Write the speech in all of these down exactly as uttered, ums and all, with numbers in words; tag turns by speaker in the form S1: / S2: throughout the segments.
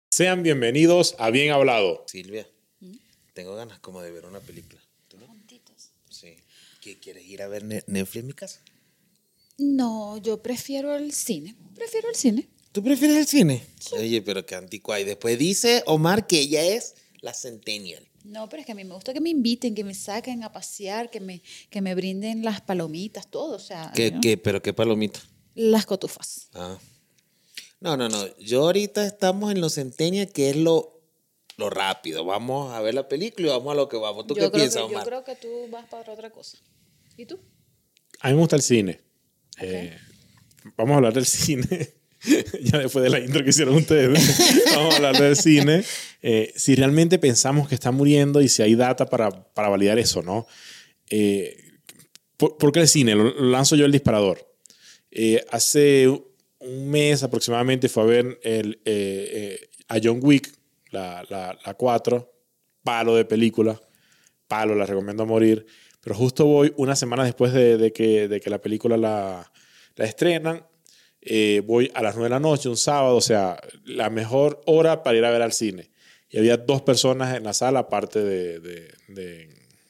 S1: Sean bienvenidos a Bien Hablado.
S2: Silvia, ¿Mm? tengo ganas como de ver una película. ¿Tú no?
S3: Juntitos.
S2: Sí. ¿Qué, ¿Quieres ir a ver Netflix en mi casa?
S3: No, yo prefiero el cine. Prefiero el cine.
S2: ¿Tú prefieres el cine? Sí. Oye, pero qué anticuado. Y después dice Omar que ella es la Centennial.
S3: No, pero es que a mí me gusta que me inviten, que me saquen a pasear, que me, que me brinden las palomitas, todo. O sea,
S2: ¿Qué,
S3: ¿no?
S2: qué, ¿Pero qué palomita?
S3: Las cotufas.
S2: Ah. No, no, no. Yo ahorita estamos en los Centennial, que es lo, lo rápido. Vamos a ver la película y vamos a lo que vamos. ¿Tú
S3: yo
S2: qué
S3: creo
S2: piensas,
S3: que,
S2: Omar?
S3: Yo creo que tú vas para otra cosa. ¿Y tú?
S1: A mí me gusta el cine.
S3: Okay.
S1: Eh, vamos a hablar del cine. Ya después de la intro que hicieron ustedes. Vamos a hablar del cine. Eh, si realmente pensamos que está muriendo y si hay data para, para validar eso, ¿no? Eh, ¿por, ¿Por qué el cine? Lo, lo lanzo yo el disparador. Eh, hace un mes aproximadamente fue a ver el, eh, eh, a John Wick, la, la, la cuatro, palo de película, palo, la recomiendo a morir, pero justo voy una semana después de, de, que, de que la película la, la estrenan, eh, voy a las nueve de la noche, un sábado, o sea, la mejor hora para ir a ver al cine. Y había dos personas en la sala, aparte de, de, de,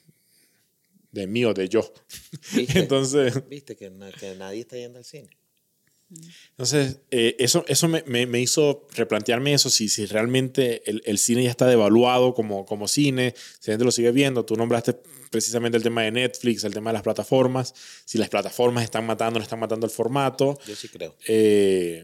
S1: de mí o de yo.
S2: ¿Viste?
S1: Entonces,
S2: ¿Viste que, na, que nadie está yendo al cine?
S1: Entonces, eh, eso, eso me, me, me hizo replantearme eso, si, si realmente el, el cine ya está devaluado como, como cine, si la gente lo sigue viendo. Tú nombraste precisamente el tema de Netflix, el tema de las plataformas, si las plataformas están matando, no están matando el formato.
S2: Yo sí creo.
S1: Eh,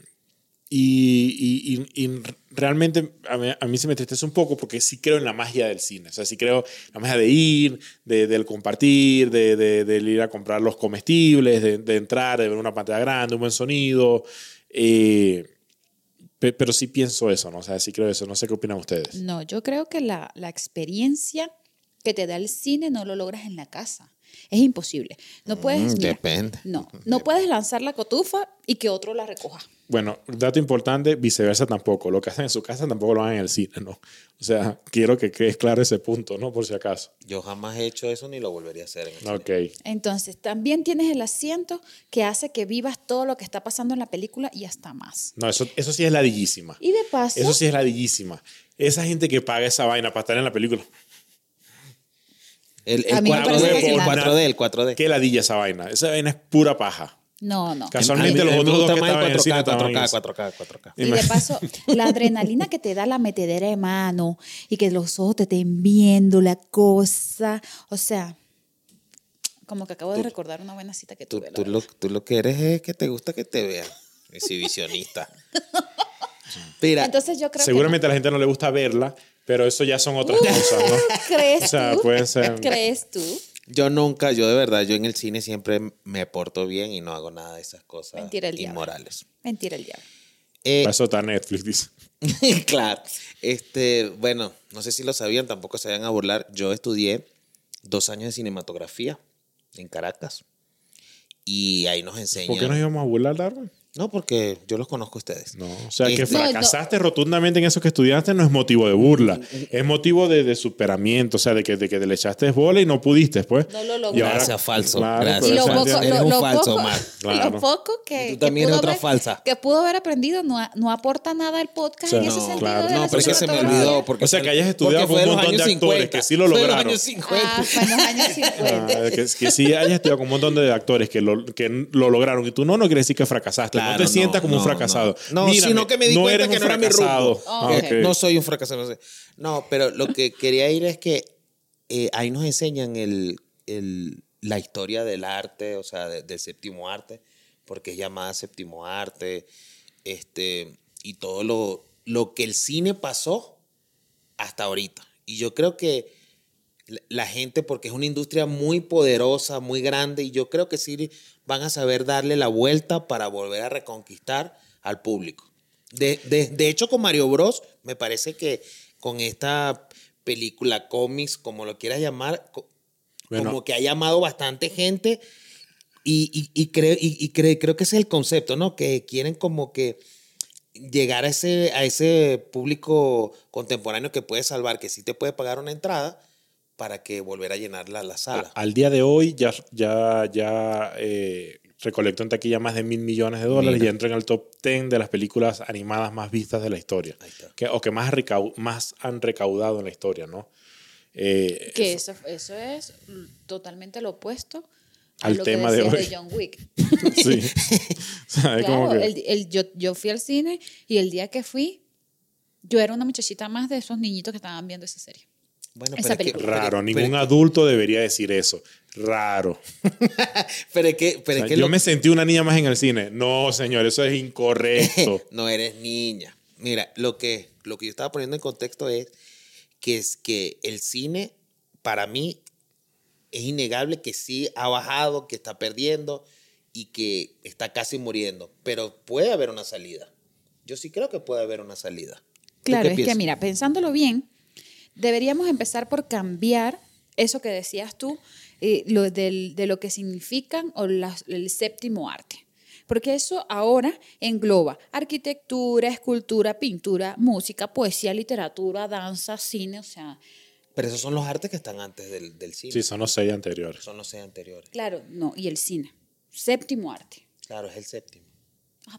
S1: y, y, y, y realmente a mí, a mí se me entristece un poco porque sí creo en la magia del cine. O sea, sí creo en la magia de ir, de, del compartir, de, de, de ir a comprar los comestibles, de, de entrar, de ver una pantalla grande, un buen sonido. Eh, pe, pero sí pienso eso, ¿no? O sea, sí creo eso. No sé qué opinan ustedes.
S3: No, yo creo que la, la experiencia que te da el cine no lo logras en la casa. Es imposible. No puedes.
S2: Mm,
S3: mira,
S2: depende.
S3: No, no
S2: Depende.
S3: puedes lanzar la cotufa y que otro la recoja.
S1: Bueno, dato importante, viceversa tampoco. Lo que hacen en su casa tampoco lo hagan en el cine, ¿no? O sea, quiero que quede claro ese punto, ¿no? Por si acaso.
S2: Yo jamás he hecho eso ni lo volvería a hacer en el
S1: Ok.
S2: cine.
S3: Entonces, también tienes el asiento que hace que vivas todo lo que está pasando en la película y hasta más.
S1: No, eso, eso sí es ladillísima.
S3: Y de paso...
S1: Eso sí es ladillísima. Esa gente que paga esa vaina para estar en la película.
S2: El, el,
S3: A mí me
S2: cuatro
S3: parece
S2: D, el
S3: fascinante.
S2: cuatro D, el cuatro D.
S1: Qué ladilla esa vaina. Esa vaina es pura paja.
S3: No, no.
S1: Casualmente
S2: A mí-
S1: los
S2: a mí me
S1: otros dos
S2: gusta
S1: que
S2: más el
S1: estaban en el cine
S2: cuatro K,
S1: estaban en eso.
S2: cuatro K, cuatro K.
S3: Y de paso, la adrenalina que te da la metedera de mano y que los ojos te estén viendo la cosa. O sea, como que acabo de
S2: Tú-
S3: recordar una buena cita que
S2: Tú,
S3: tuve. la
S2: tú, lo,
S3: verdad.
S2: tú lo que eres es que te gusta que te vean. Exhibicionista. Mira,
S3: Entonces yo creo
S1: Seguramente a la gente no le gusta verla, pero eso ya son otras
S3: Uh,
S1: cosas, ¿no?
S3: que no. ¿Crees
S1: O sea,
S3: tú?
S1: pueden ser-
S3: ¿Crees tú?
S2: yo nunca, yo de verdad, yo en el cine siempre me porto bien y no hago nada de esas cosas
S3: Mentira el diablo.
S2: inmorales.
S3: Mentira el diablo.
S2: Eh,
S1: Para eso está Netflix, dice.
S2: claro. Este, bueno, no sé si lo sabían, tampoco se vayan a burlar. Yo estudié dos años de cinematografía en Caracas y ahí nos enseñan.
S1: ¿Por qué nos íbamos a burlar, Darwin?
S2: No, porque yo los conozco a ustedes.
S1: No, o sea, que
S2: Este-
S1: fracasaste rotundamente en eso que estudiaste no es motivo de burla, es motivo de, de superamiento, o sea, de que, de que te le echaste bola y no pudiste, pues.
S3: No lo
S1: Y
S3: lograste.
S1: ahora-
S2: Gracias, falso.
S1: Claro,
S2: Gracias.
S3: Y
S1: pero
S3: lo
S1: esa-
S3: poco,
S2: Eres
S3: lo,
S2: un
S3: lo
S2: falso,
S3: poco,
S2: Omar.
S1: Claro.
S3: lo poco que,
S2: Y tú
S3: que
S2: también
S3: pudo
S2: eres otra
S3: haber-
S2: falsa.
S3: que pudo haber aprendido no, a- no aporta nada al podcast
S1: O sea,
S3: en ese
S1: no,
S3: sentido.
S1: claro.
S3: de
S2: No,
S3: la
S2: pero es que se me
S3: cinematografía.
S2: olvidó. Porque
S1: O sea,
S2: fue-
S1: que hayas estudiado
S2: porque
S1: con
S2: fue
S1: un
S2: en los
S1: montón de
S2: años
S1: actores
S2: cincuenta.
S1: que sí lo
S2: Fue en
S1: lograron.
S2: los años cincuenta.
S3: Ah, fue en los años cincuenta.
S1: Ah, que, que sí hayas estudiado con un montón de actores que lo, que lo lograron y tú no, no quiere decir que fracasaste.
S2: Claro,
S1: no te sientas
S2: no,
S1: como un
S2: no,
S1: fracasado.
S2: No, no
S1: Mírame,
S2: sino que me di
S1: no
S2: cuenta
S1: eres
S2: que
S1: un
S2: no era mi
S1: fracasado.
S2: rumbo.
S3: Oh,
S1: Ah,
S3: ok.
S1: ok.
S2: No soy un fracasado. No, sé. No, pero lo que quería ir es que eh, ahí nos enseñan el, el, la historia del arte, o sea, de- del séptimo arte, porque es llamada séptimo arte, este, y todo lo, lo que el cine pasó hasta ahorita. Y yo creo que la- la gente, porque es una industria muy poderosa, muy grande, y yo creo que sí van a saber darle la vuelta para volver a reconquistar al público. De, de, de hecho, con Mario Bros, me parece que con esta película, cómics, como lo quieras llamar, co-
S1: Bueno.
S2: como que ha llamado bastante gente y, y, y, creo, y, y creo, creo que ese es el concepto, ¿no? Que quieren como que llegar a ese, a ese público contemporáneo que puede salvar, que sí te puede pagar una entrada para que volver a llenar la, la sala.
S1: Al día de hoy ya, ya, ya eh, recolectó en taquilla más de mil millones de dólares. Mira. Y entró en el top diez de las películas animadas más vistas de la historia. Que, o que más, recau más han recaudado en la historia, ¿no?
S3: Eh, que eso, eso es totalmente lo opuesto
S1: al
S3: lo
S1: tema
S3: que
S1: de hoy.
S3: De John Wick.
S1: Sí. O sea,
S3: claro,
S1: como que...
S3: el, el, yo, yo fui al cine y el día que fui, yo era una muchachita más de esos niñitos que estaban viendo esa serie.
S2: Bueno,
S3: esa
S2: pero es que,
S1: raro,
S2: pero,
S1: ningún
S2: pero,
S1: adulto debería decir eso. Raro.
S2: pero es que, pero
S1: o sea,
S2: es que
S1: yo
S2: lo...
S1: me sentí una niña más en el cine. No, señor, eso es incorrecto.
S2: No eres niña. Mira, lo que, lo que yo estaba poniendo en contexto es que, es que el cine, para mí, es innegable que sí ha bajado, que está perdiendo y que está casi muriendo. Pero puede haber una salida. Yo sí creo que puede haber una salida.
S3: Claro, es
S2: piensas?
S3: que mira, pensándolo bien, deberíamos empezar por cambiar eso que decías tú, eh, lo del, de lo que significan o la, el séptimo arte. Porque eso ahora engloba arquitectura, escultura, pintura, música, poesía, literatura, danza, cine, o sea...
S2: Pero esos son los artes que están antes del, del cine.
S1: Sí, son los seis anteriores.
S2: Son los seis anteriores.
S3: Claro, no, y el cine. Séptimo arte.
S2: Claro, es el séptimo. Ah.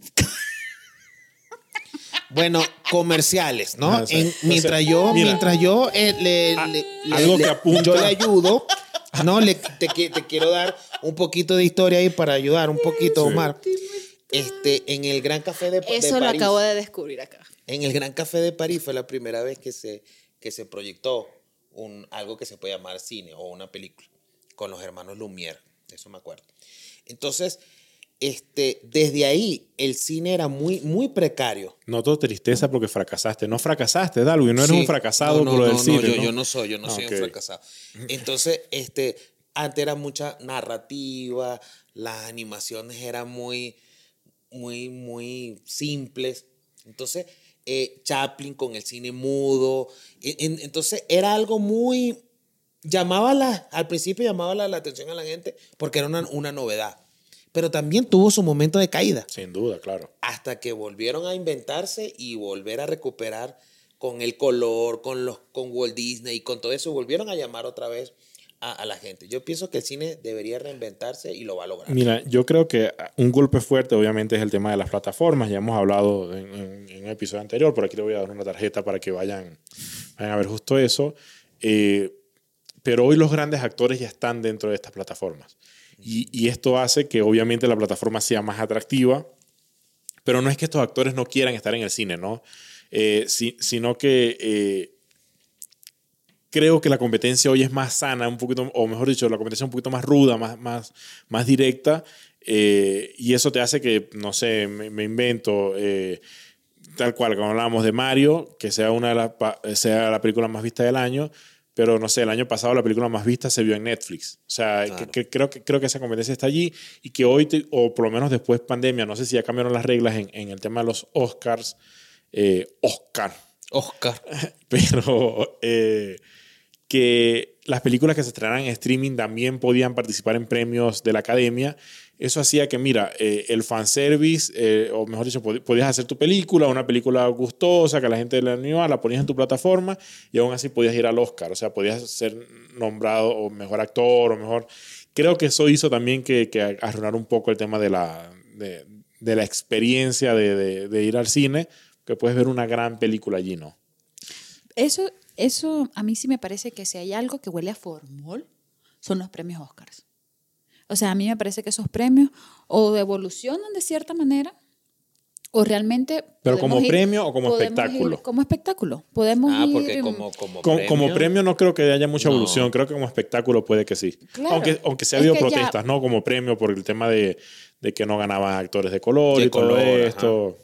S2: Bueno, comerciales, ¿no? Ah, en, mientras, yo, mientras yo eh, le,
S1: a,
S2: le,
S1: algo
S2: le,
S1: que apunta.
S2: yo le ayudo, no, le, te, te quiero dar un poquito de historia ahí para ayudar, un poquito, sí. Omar. Este, en el Gran Café de, de París.
S3: Eso lo acabo de descubrir acá.
S2: En el Gran Café de París fue la primera vez que se, que se proyectó un, algo que se puede llamar cine o una película con los hermanos Lumière, eso me acuerdo. Entonces, este, desde ahí el cine era muy, muy precario.
S1: Noto tristeza porque fracasaste. No fracasaste, Darwin, no eres sí. un fracasado
S2: no, no,
S1: por lo
S2: no,
S1: del cine.
S2: No, yo,
S1: ¿no?
S2: yo no soy, yo no
S1: okay.
S2: soy un fracasado. Entonces, este, antes era mucha narrativa, las animaciones eran muy, muy, muy simples. Entonces, eh, Chaplin con el cine mudo. En, entonces, era algo muy... Llamaba la, al principio llamaba la, la atención a la gente porque era una, una novedad. Pero también tuvo su momento de caída.
S1: Sin duda, claro.
S2: Hasta que volvieron a inventarse y volver a recuperar con el color, con, los, con Walt Disney y con todo eso, volvieron a llamar otra vez a, a la gente. Yo pienso que el cine debería reinventarse y lo va a lograr.
S1: Mira, yo creo que un golpe fuerte obviamente es el tema de las plataformas. Ya hemos hablado en, en, en un episodio anterior, por aquí le voy a dar una tarjeta para que vayan, vayan a ver justo eso. Eh, pero hoy los grandes actores ya están dentro de estas plataformas. Y, y esto hace que obviamente la plataforma sea más atractiva, pero no es que estos actores no quieran estar en el cine, ¿no? Eh, si, sino que eh, creo que la competencia hoy es más sana, un poquito, o mejor dicho, la competencia es un poquito más ruda, más, más, más directa, eh, y eso te hace que, no sé, me, me invento, eh, tal cual, como hablábamos de Mario, que sea, una de las, sea la película más vista del año. Pero, no sé, el año pasado la película más vista se vio en Netflix. O sea, claro. que, que, creo, que, creo que esa competencia está allí y que hoy, te, o por lo menos después de pandemia, no sé si ya cambiaron las reglas en, en el tema de los Oscars. Eh, Oscar.
S2: Oscar.
S1: Pero eh, que las películas que se estrenaran en streaming también podían participar en premios de la Academia. Eso hacía que, mira, eh, el fanservice, eh, o mejor dicho, podías hacer tu película, una película gustosa, que a la gente le animaba, la ponías en tu plataforma y aún así podías ir al Oscar. O sea, podías ser nombrado o mejor actor o mejor... Creo que eso hizo también que, que arruinar un poco el tema de la, de, de la experiencia de, de, de ir al cine, que puedes ver una gran película allí, ¿no?
S3: Eso, eso a mí sí me parece que si hay algo que huele a formol, son los premios Oscars. O sea, a mí me parece que esos premios o evolucionan de cierta manera o realmente...
S1: ¿Pero como
S3: ir,
S1: premio o como espectáculo?
S3: Ir, como espectáculo. Podemos
S2: ah,
S3: ir...
S2: porque como, como,
S1: como,
S2: premio,
S1: como premio no creo que haya mucha
S2: no.
S1: evolución. Creo que como espectáculo puede que sí.
S3: Claro.
S1: Aunque, aunque se ha habido protestas,
S3: ya...
S1: ¿no? Como premio por el tema de, de que no ganaban actores de color
S2: de
S1: y
S2: color,
S1: todo esto.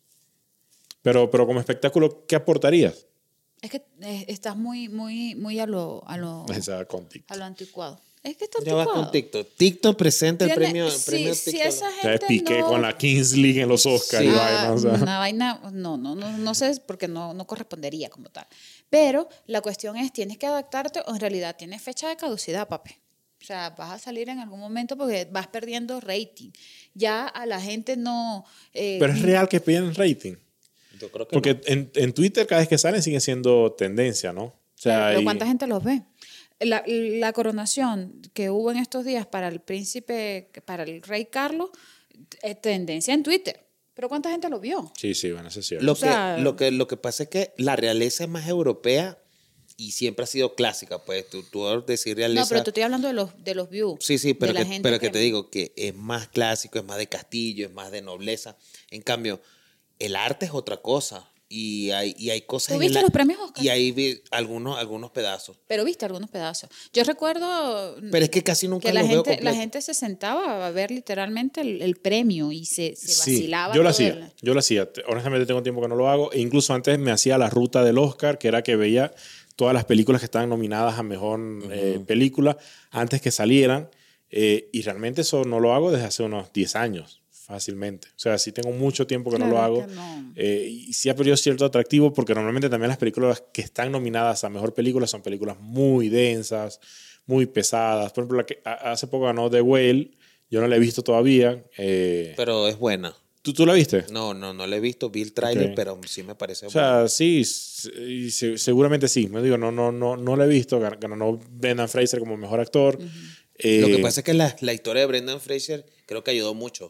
S1: Pero, pero como espectáculo, ¿qué aportarías?
S3: Es que eh, estás muy, muy, muy a lo, a lo,
S1: o sea, con
S3: a lo anticuado. Es que está
S2: ya vas
S3: anticuado.
S2: con TikTok. TikTok presenta el premio, el
S3: sí,
S2: premio
S3: sí,
S2: TikTok.
S3: Esa gente
S1: ya Piqué
S3: no...
S1: con la Kings League en los Oscars
S3: sí.
S1: y
S3: ah,
S1: vaina, o sea.
S3: Una vaina, no, no, no, no sé, porque no, no correspondería como tal. Pero la cuestión es, ¿tienes que adaptarte o en realidad tienes fecha de caducidad, papi? O sea, vas a salir en algún momento porque vas perdiendo rating. Ya a la gente no... Eh,
S1: Pero es real que pierden rating.
S2: Yo creo que
S1: Porque
S2: no.
S1: en, en Twitter cada vez que salen sigue siendo tendencia, ¿no? O sea,
S3: pero
S1: y...
S3: ¿cuánta gente los ve? La, la coronación que hubo en estos días para el príncipe, para el rey Carlos, es tendencia en Twitter. Pero ¿cuánta gente lo vio?
S1: Sí, sí, bueno, eso es cierto.
S2: Lo,
S3: O sea,
S2: que, lo, que, lo que pasa es que la realeza es más europea y siempre ha sido clásica. Pues tú, tú decir realeza.
S3: No, pero te estoy hablando de los, de los views.
S2: Sí, sí, pero,
S3: de la
S2: que,
S3: gente
S2: pero que te digo que es más clásico, es más de castillo, es más de nobleza. En cambio, el arte es otra cosa. Y hay, y hay cosas...
S3: ¿Tú
S2: en
S3: viste
S2: el-
S3: los premios Oscar?
S2: Y ahí vi algunos, algunos pedazos.
S3: Pero viste algunos pedazos. Yo recuerdo
S2: Pero es que casi nunca
S3: que la
S2: los veo
S3: gente, la
S2: completos.
S3: gente se sentaba a ver literalmente el, el premio y se, se
S1: Sí,
S3: vacilaba.
S1: yo lo
S3: todo
S1: hacía,
S3: el-
S1: yo lo hacía. Te- Honestamente tengo tiempo que no lo hago. E incluso antes me hacía la ruta del Oscar, que era que veía todas las películas que estaban nominadas a Mejor eh, Película antes que salieran. Eh, y realmente eso no lo hago desde hace unos diez años, fácilmente. O sea, sí tengo mucho tiempo que no lo
S3: Claro,
S1: hago.
S3: que no.
S1: Eh, y sí ha perdido cierto atractivo porque normalmente también las películas que están nominadas a Mejor Película son películas muy densas, muy pesadas. Por ejemplo, la que a- hace poco ganó The Whale. Yo no la he visto todavía. Eh,
S2: Pero es buena.
S1: ¿tú, ¿Tú la viste?
S2: No, no, no le he visto. Vi el tráiler,
S1: Ok.
S2: pero sí me parece
S1: O
S2: buena.
S1: sea, sí, s- y se- seguramente sí. Me digo, no, no, no, no la he visto. Gan- Ganó Brendan Fraser como mejor actor. Eh,
S2: Lo que pasa es que la, la historia de Brendan Fraser creo que ayudó mucho.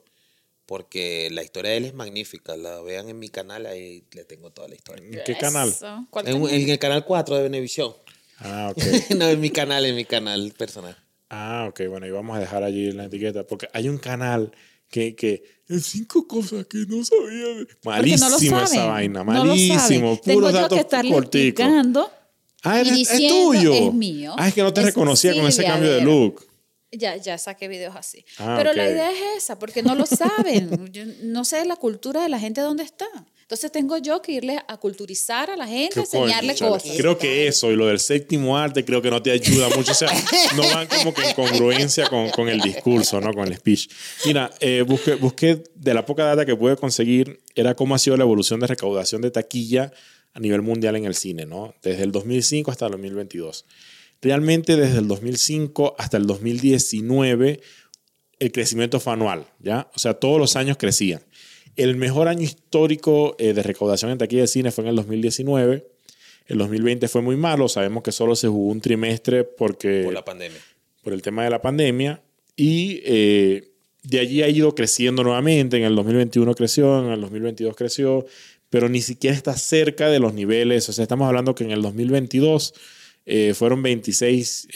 S2: Porque la historia de él es magnífica. La vean en mi canal, ahí le tengo toda la historia.
S1: ¿en qué canal?
S3: Eso. ¿Cuál
S2: En,
S3: tenía?
S2: en el canal cuatro de Venevisión.
S1: Ah, ok.
S2: No, en mi canal, en mi canal personal.
S1: Ah, ok. Bueno, y vamos a dejar allí la etiqueta. Porque hay un canal que, que en cinco cosas que no sabía.
S3: Porque no lo
S1: Malísimo esa
S3: saben,
S1: vaina.
S3: no lo saben.
S1: Malísimo.
S3: Tengo
S1: Puros
S3: yo
S1: datos
S3: que estarle
S1: corticos.
S3: explicando
S1: Ah,
S3: y
S1: es, es
S3: diciendo,
S1: tuyo.
S3: es mío.
S1: Ah, es que no te
S3: Es
S1: reconocía con ese
S3: Silvia
S1: cambio de
S3: Vera.
S1: look.
S3: Ya, ya saqué videos así.
S1: Ah,
S3: Pero
S1: ok.
S3: la idea es esa, porque no lo saben. Yo no sé la cultura de la gente dónde está. Entonces tengo yo que irle a culturizar a la gente,
S1: ¿Qué
S3: enseñarle
S1: coño, chale?
S3: cosas.
S1: Creo que eso y lo del séptimo arte creo que no te ayuda mucho. O sea, no van como que en congruencia con, con el discurso, ¿no? Con el speech. Mira, eh, busqué, busqué de la poca data que pude conseguir, era cómo ha sido la evolución de recaudación de taquilla a nivel mundial en el cine, ¿no? Desde el dos mil cinco hasta el dos mil veintidós. Realmente desde el dos mil cinco hasta el dos mil diecinueve el crecimiento fue anual, ¿ya? O sea, todos los años crecían. El mejor año histórico eh, de recaudación en taquilla de cine fue en el dos mil diecinueve. El dos mil veinte fue muy malo. Sabemos que solo se jugó un trimestre porque,
S2: Por la pandemia.
S1: por el tema de la pandemia. Y eh, de allí ha ido creciendo nuevamente. En el dos mil veintiuno creció, en el dos mil veintidós creció, pero ni siquiera está cerca de los niveles. O sea, estamos hablando que en el dos mil veintidós eh, fueron veintiséis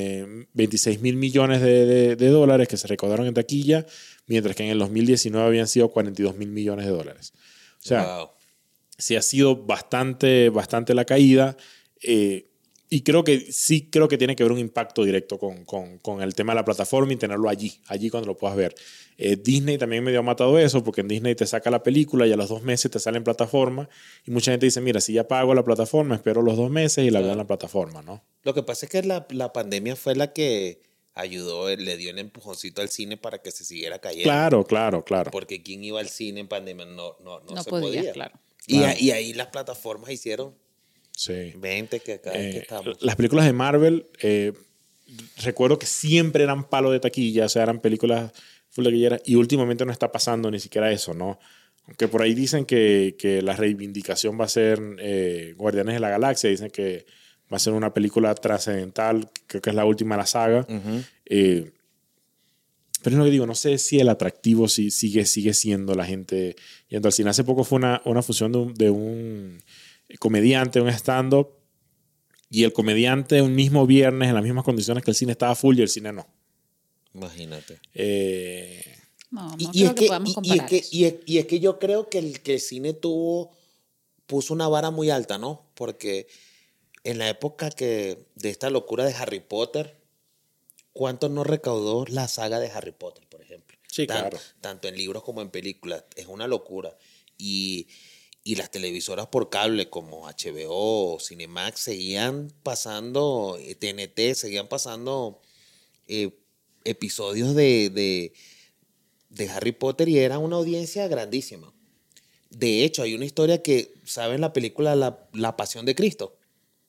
S1: mil millones de, de, de dólares que se recaudaron en taquilla, mientras que en el dos mil diecinueve habían sido cuarenta y dos mil millones de dólares. O sea,
S2: Wow.
S1: sí ha sido bastante, bastante la caída. Eh, y creo que sí creo que tiene que ver un impacto directo con, con, con el tema de la plataforma y tenerlo allí, allí cuando lo puedas ver. Eh, Disney también medio ha matado eso, porque en Disney te saca la película y a los dos meses te sale en plataforma. Y mucha gente dice, mira, si ya pago la plataforma, espero los dos meses y la veo en la plataforma, ¿no?
S2: Lo que pasa es que la, la pandemia fue la que ayudó, le dio el empujoncito al cine para que se siguiera cayendo.
S1: Claro, claro, claro.
S2: Porque ¿quién iba al cine en pandemia? No, no, no,
S3: No
S2: se
S3: podía,
S2: podía.
S3: claro.
S2: Y,
S1: Claro.
S2: a- y ahí las plataformas hicieron
S1: Sí.
S2: veinte que acá
S1: Eh,
S2: que estamos.
S1: las películas de Marvel, eh, recuerdo que siempre eran palo de taquilla, o sea, eran películas full taquilleras, y últimamente no está pasando ni siquiera eso, ¿no? Aunque por ahí dicen que, que la reivindicación va a ser eh, Guardianes de la Galaxia, dicen que va a ser una película trascendental, creo que es la última de la saga.
S2: Ujú.
S1: Eh, pero es lo que digo, no sé si el atractivo si, sigue, sigue siendo la gente yendo al cine. Hace poco fue una, una fusión de un, de un comediante, un stand-up, y el comediante un mismo viernes en las mismas condiciones que el cine estaba full y el cine no.
S2: Imagínate.
S1: Eh,
S3: No, no
S2: Y, y
S3: creo
S2: es
S3: que,
S2: que,
S3: podamos
S2: y- y es
S3: comparar
S2: que,
S3: eso.
S2: y, es, y es que yo creo que el, que el cine tuvo, puso una vara muy alta, ¿no? Porque en la época que, de esta locura de Harry Potter, ¿cuánto no recaudó la saga de Harry Potter, por ejemplo?
S1: Sí,
S2: Tan-
S1: claro.
S2: Tanto en libros como en películas. Es una locura. Y, y las televisoras por cable como H B O o Cinemax seguían pasando, eh, T N T, seguían pasando eh, episodios de, de, de Harry Potter y era una audiencia grandísima. De hecho, hay una historia que, ¿saben la película La, La Pasión de Cristo?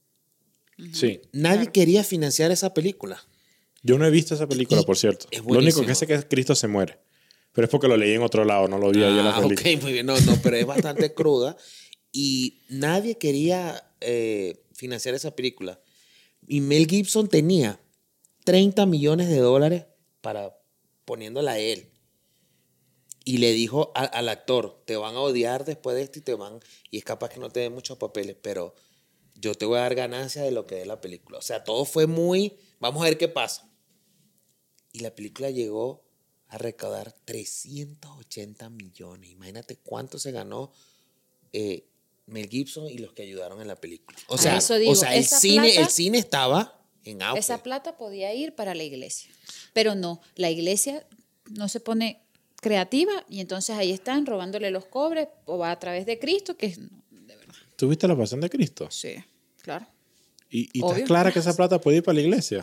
S1: sí.
S2: Nadie
S3: Claro.
S2: quería financiar esa película.
S1: Yo no he visto esa película,
S2: Y-
S1: por cierto.
S2: es
S1: Lo único
S2: buenísimo.
S1: que sé es que Cristo se muere. Pero es porque lo leí en otro lado, no lo vi ahí en la
S2: Ah,
S1: película.
S2: ok, muy bien. No, no, pero es bastante cruda. Y nadie quería eh, financiar esa película. Y Mel Gibson tenía treinta millones de dólares para poniéndola a él. Y le dijo a, al actor, te van a odiar después de esto y te van, y es capaz que no te den muchos papeles, pero yo te voy a dar ganancia de lo que es la película. O sea, todo fue muy, vamos a ver qué pasa. Y la película llegó a recaudar trescientos ochenta millones. Imagínate cuánto se ganó eh, Mel Gibson y los que ayudaron en la película. O
S3: A
S2: sea,
S3: eso digo,
S2: o sea el,
S3: esa
S2: cine,
S3: plata-
S2: el cine estaba en auge.
S3: Esa plata podía ir para la iglesia. Pero no, la iglesia no se pone creativa y entonces ahí están robándole los cobres o va a través de Cristo, que es... De verdad.
S1: ¿Tuviste la pasión de Cristo?
S3: Sí, claro.
S1: ¿Y, y estás
S3: Obvio.
S1: clara que esa plata puede ir para la iglesia?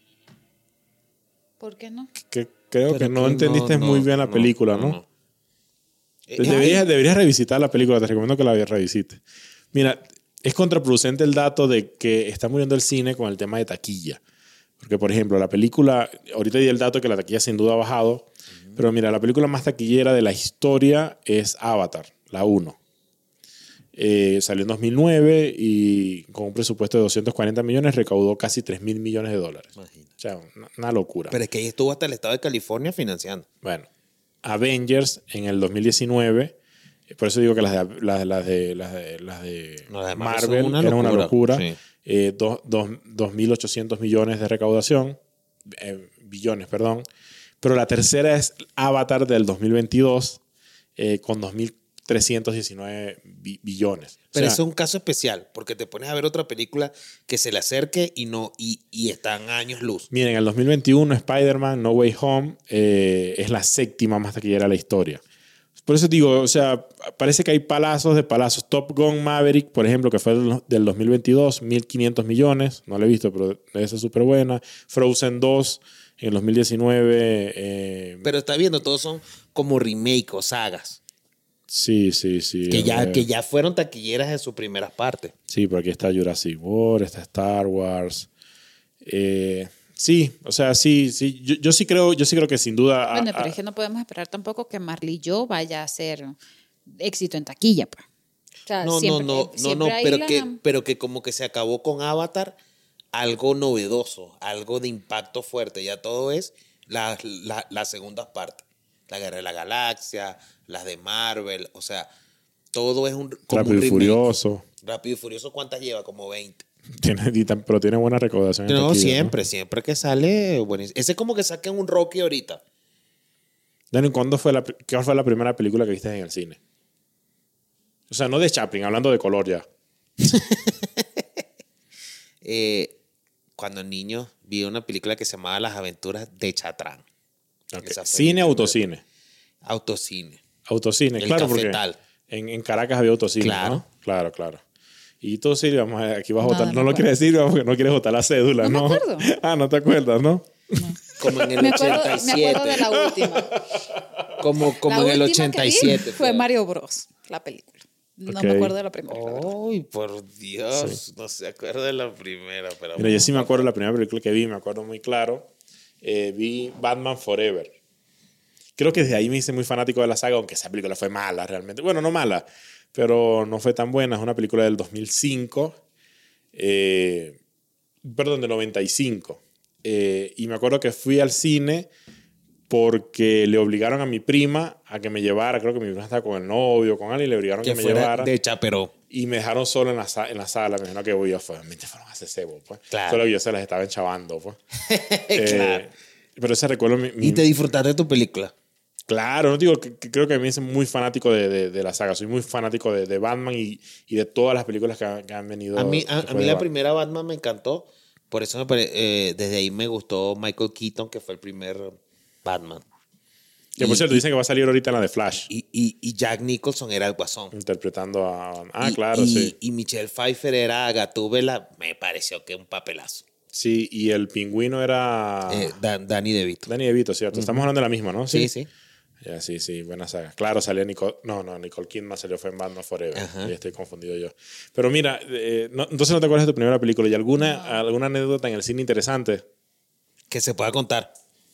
S3: ¿Por qué no?
S1: Que creo
S2: Pero
S1: que no
S2: que
S1: entendiste
S2: no,
S1: muy
S2: no,
S1: bien la
S2: no,
S1: película,
S2: no,
S1: ¿no?
S2: no. Eh,
S1: Deberías,
S2: ay,
S1: deberías revisitar la película, te recomiendo que la revisites. Mira, es contraproducente el dato de que está muriendo el cine con el tema de taquilla. Porque, por ejemplo, la película, ahorita di el dato que la taquilla sin duda ha bajado, uh-huh. Pero mira, la película más taquillera de la historia es Avatar, la uno. Eh, salió en dos mil nueve y con un presupuesto de doscientos cuarenta millones recaudó casi tres mil millones de dólares.
S2: Imagínate.
S1: O sea, una, una locura.
S2: Pero es que ahí estuvo hasta el estado de California financiando.
S1: Bueno, Avengers en el dos mil diecinueve, por eso digo que las de, las, las de, las de, las de
S2: no,
S1: Marvel
S2: una
S1: eran una locura.
S2: Sí.
S1: Eh, dos, dos, dos mil ochocientos millones de recaudación, eh, billones, perdón. Pero la tercera es Avatar del dos mil veintidós eh, con dos mil trescientos diecinueve billones.
S2: Pero
S1: o sea,
S2: eso es un caso especial, porque te pones a ver otra película que se le acerque y no y, y están a años luz.
S1: Miren, en el dos mil veintiuno Spider-Man No Way Home eh, es la séptima más taquillera de la historia. Por eso digo, o sea, parece que hay palazos de palazos. Top Gun Maverick, por ejemplo, que fue del dos mil veintidós, mil quinientos millones. No la he visto, pero debe ser súper buena. Frozen dos en el dos mil diecinueve. Eh,
S2: pero está viendo, todos son como remake o sagas.
S1: Sí, sí, sí.
S2: Que ya, que ya fueron taquilleras en sus primeras partes.
S1: Sí, porque aquí está Jurassic World, está Star Wars. Eh, sí, o sea, sí, sí. Yo, yo sí creo, yo sí creo que sin duda.
S3: Bueno,
S1: a,
S3: pero
S1: a,
S3: es que no podemos esperar tampoco que Marley y yo vaya a ser éxito en taquilla, pues. O sea,
S2: no,
S3: siempre,
S2: no, no, no, no, pero la... que, pero que como que se acabó con Avatar algo novedoso, algo de impacto fuerte. Ya todo es la, la, las segundas partes. La Guerra de la Galaxia, las de Marvel, o sea, todo es un... Como
S1: Rápido
S2: un
S1: y Furioso.
S2: Rápido y Furioso, ¿cuántas lleva? Como veinte.
S1: Tiene, pero tiene buena recaudación.
S2: No,
S1: taquilla,
S2: siempre,
S1: ¿no?
S2: siempre que sale, buenísimo. Ese es como que saquen un Rocky ahorita.
S1: Dani, ¿cuándo fue la, ¿cuál fue la primera película que viste en el cine? O sea, no de Chaplin, hablando de color ya.
S2: eh, cuando niño vi una película que se llamaba Las Aventuras de Chatrán.
S1: Okay. ¿Cine o autocine?
S2: Autocine.
S1: Autocine,
S2: el
S1: claro,
S2: cafetal.
S1: porque en, en Caracas había autocine,
S2: claro.
S1: ¿no? Claro, claro. Y tú, Silvia, vamos a, aquí vas a votar. No, no lo quieres decir porque no quieres votar la cédula, ¿no?
S3: No me acuerdo.
S1: Ah, no te acuerdas, ¿no?
S3: No.
S2: Como en el
S3: me acuerdo,
S2: ochenta y siete.
S3: Me acuerdo de la última.
S2: Como, como
S3: la
S2: en el
S3: última
S2: ochenta y
S3: que vi
S2: siete.
S3: fue Mario Bros, la película. No
S1: okay.
S3: me acuerdo de la primera.
S2: Ay, por Dios.
S1: Sí.
S2: No se acuerda de la primera. Pero
S1: Mira, yo sí me acuerdo de la primera película que vi, me acuerdo muy claro. Eh, vi Batman Forever. Creo que desde ahí me hice muy fanático de la saga, aunque esa película fue mala realmente. Bueno, no mala, pero no fue tan buena. Es una película del dos mil cinco. Eh, perdón, del noventa y cinco. Eh, y me acuerdo que fui al cine porque le obligaron a mi prima a que me llevara. Creo que mi prima estaba con el novio, con alguien, y le obligaron que, que me llevara.
S2: De chaperón.
S1: Y me dejaron solo en la, en la sala. Me dijeron que voy yo. Fue, me fueron a hacer cebo, pues.
S2: Claro.
S1: Solo que yo se las estaba enchavando, pues.
S2: Claro.
S1: Eh, pero ese recuerdo... Mi, mi,
S2: ¿Y te disfrutaste de tu película?
S1: Claro, no digo que, que creo que a mí es muy fanático de, de, de la saga. Soy muy fanático de, de Batman y, y de todas las películas que, han, que han venido.
S2: A mí, a, a mí la
S1: Batman.
S2: primera Batman me encantó. Por eso me pare, eh, desde ahí me gustó Michael Keaton, que fue el primer Batman.
S1: Que por y, cierto, dicen que va a salir ahorita en la de Flash.
S2: Y, y, y Jack Nicholson era el Guasón.
S1: Interpretando a... Ah,
S2: y,
S1: claro,
S2: y,
S1: sí.
S2: Y Michelle Pfeiffer era Gatúbela. Me pareció que un papelazo.
S1: Sí, y el pingüino era...
S2: Eh, Dan, Danny DeVito.
S1: Danny DeVito, cierto. Uh-huh. Estamos hablando de la misma, ¿no?
S2: Sí, sí. sí.
S1: Ya, sí, sí, buena saga. Claro, salía Nicole... No, no, Nicole Kidman salió fue en Batman Forever. Ya estoy confundido yo. Pero mira, eh, no, entonces no te acuerdas de tu primera película. ¿Y alguna, no. alguna anécdota en el cine interesante?
S2: Que se pueda contar.